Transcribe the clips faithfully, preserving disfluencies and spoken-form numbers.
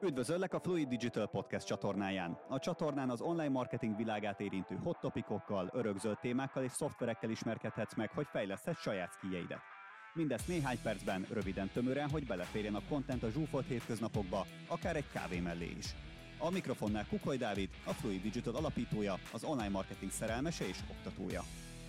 Üdvözöllek a Fluid Digital Podcast csatornáján. A csatornán az online marketing világát érintő hot topikokkal, örökzöld témákkal és szoftverekkel ismerkedhetsz meg, hogy fejleszthetsz saját skilljeidet. Mindezt néhány percben, röviden tömören, hogy beleférjen a content a zsúfolt hétköznapokba, akár egy kávé mellé is. A mikrofonnál Kukoly Dávid, a Fluid Digital alapítója, az online marketing szerelmese és oktatója.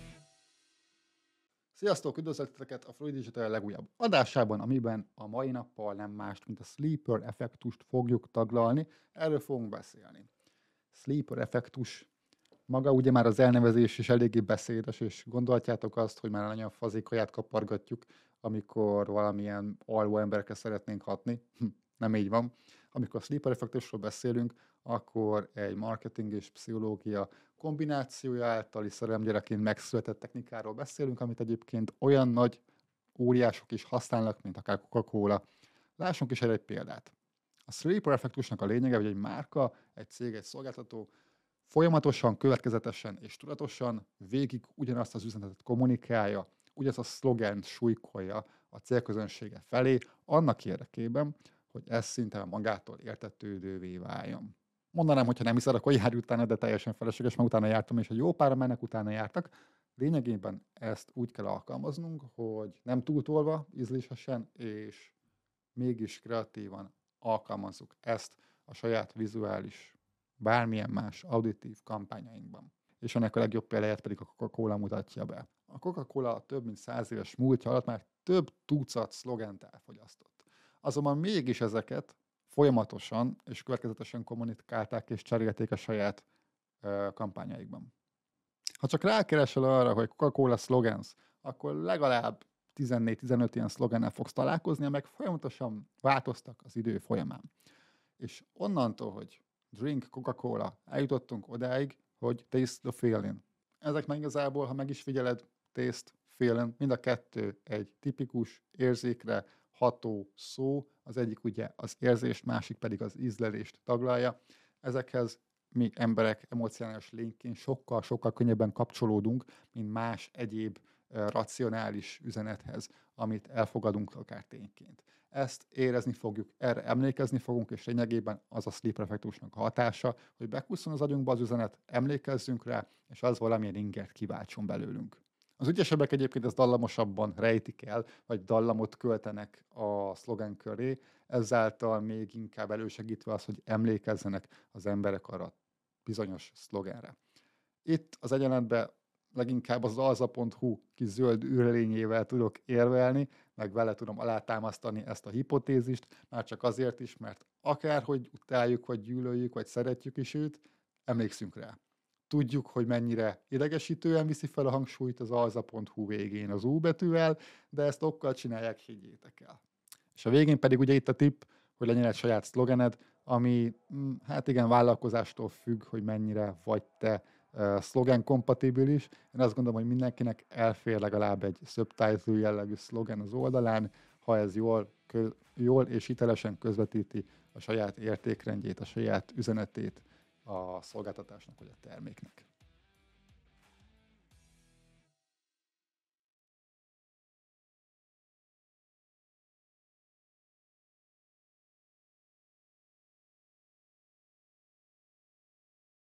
Sziasztok, üdvözleteteket a Fluid Digital legújabb adásában, amiben a mai nappal nem mást, mint a sleeper effektust fogjuk taglalni. Erről fogunk beszélni. Sleeper effektus maga ugye már az elnevezés is eléggé beszédes, és gondolhatjátok azt, hogy már nagyon fazékaját kapargatjuk, amikor valamilyen alvó emberekre szeretnénk hatni. Nem így van. Amikor a sleeper effektusról beszélünk, akkor egy marketing és pszichológia kombinációja által is szerelemgyerekként megszületett technikáról beszélünk, amit egyébként olyan nagy óriások is használnak, mint akár Coca-Cola. Lássunk is erre egy példát. A sleeper effektusnak a lényege, hogy egy márka, egy cég, egy szolgáltató folyamatosan, következetesen és tudatosan végig ugyanazt az üzenetet kommunikálja, ugyanazt a szlogent súlykolja a célközönsége felé, annak érdekében, hogy ez szinte magától értetődővé váljon. Mondanám, hogyha nem hiszed, akkor járj utána, de teljesen felesleges, mert utána jártam, és egy jó páran mennek utána jártak. Lényegében ezt úgy kell alkalmaznunk, hogy nem túltolva, ízlésesen, és mégis kreatívan alkalmazzuk ezt a saját vizuális, bármilyen más auditív kampányainkban. És ennek a legjobb példáját pedig a Coca-Cola mutatja be. A Coca-Cola több mint száz éves múltja alatt már több tucat szlogent elfogyasztott. Azonban mégis ezeket folyamatosan és következetesen kommunikálták és cserélték a saját uh, kampányaikban. Ha csak rákeresel arra, hogy Coca-Cola slogans, akkor legalább tizennégy-tizenöt ilyen szlogennel fogsz találkozni, amelyek folyamatosan változtak az idő folyamán. És onnantól, hogy drink Coca-Cola, eljutottunk odáig, hogy taste the feeling. Ezek meg igazából, ha meg is figyeled, taste, feeling, mind a kettő egy tipikus érzékre ható szó, az egyik ugye az érzést, másik pedig az ízlelést taglalja. Ezekhez mi emberek emocionális lényként sokkal-sokkal könnyebben kapcsolódunk, mint más egyéb uh, racionális üzenethez, amit elfogadunk akár tényként. Ezt érezni fogjuk, erre emlékezni fogunk, és lényegében az a sleeper effektusnak a hatása, hogy bekusszon az agyunkba az üzenet, emlékezzünk rá, és az valamilyen ingert kiváltson belőlünk. Az ügyesebbek egyébként ezt dallamosabban rejtik el, vagy dallamot költenek a szlogen köré, ezáltal még inkább elősegítve az, hogy emlékezzenek az emberek arra bizonyos szlogenre. Itt az egyenletben leginkább az alza pont hu kis zöld űrlényével tudok érvelni, meg vele tudom alátámasztani ezt a hipotézist, már csak azért is, mert akárhogy utáljuk, vagy gyűlöljük, vagy szeretjük is őt, emlékszünk rá. Tudjuk, hogy mennyire idegesítően viszi fel a hangsúlyt az alza pont hu végén az U betűvel, de ezt okkal csinálják, higgyétek el. És a végén pedig ugye itt a tipp, hogy legyen egy saját szlogened, ami hát igen, vállalkozástól függ, hogy mennyire vagy te uh, szlogen kompatibilis. Én azt gondolom, hogy mindenkinek elfér legalább egy subtitle jellegű szlogen az oldalán, ha ez jól, kö- jól és hitelesen közvetíti a saját értékrendjét, a saját üzenetét a szolgáltatásnak vagy a terméknek.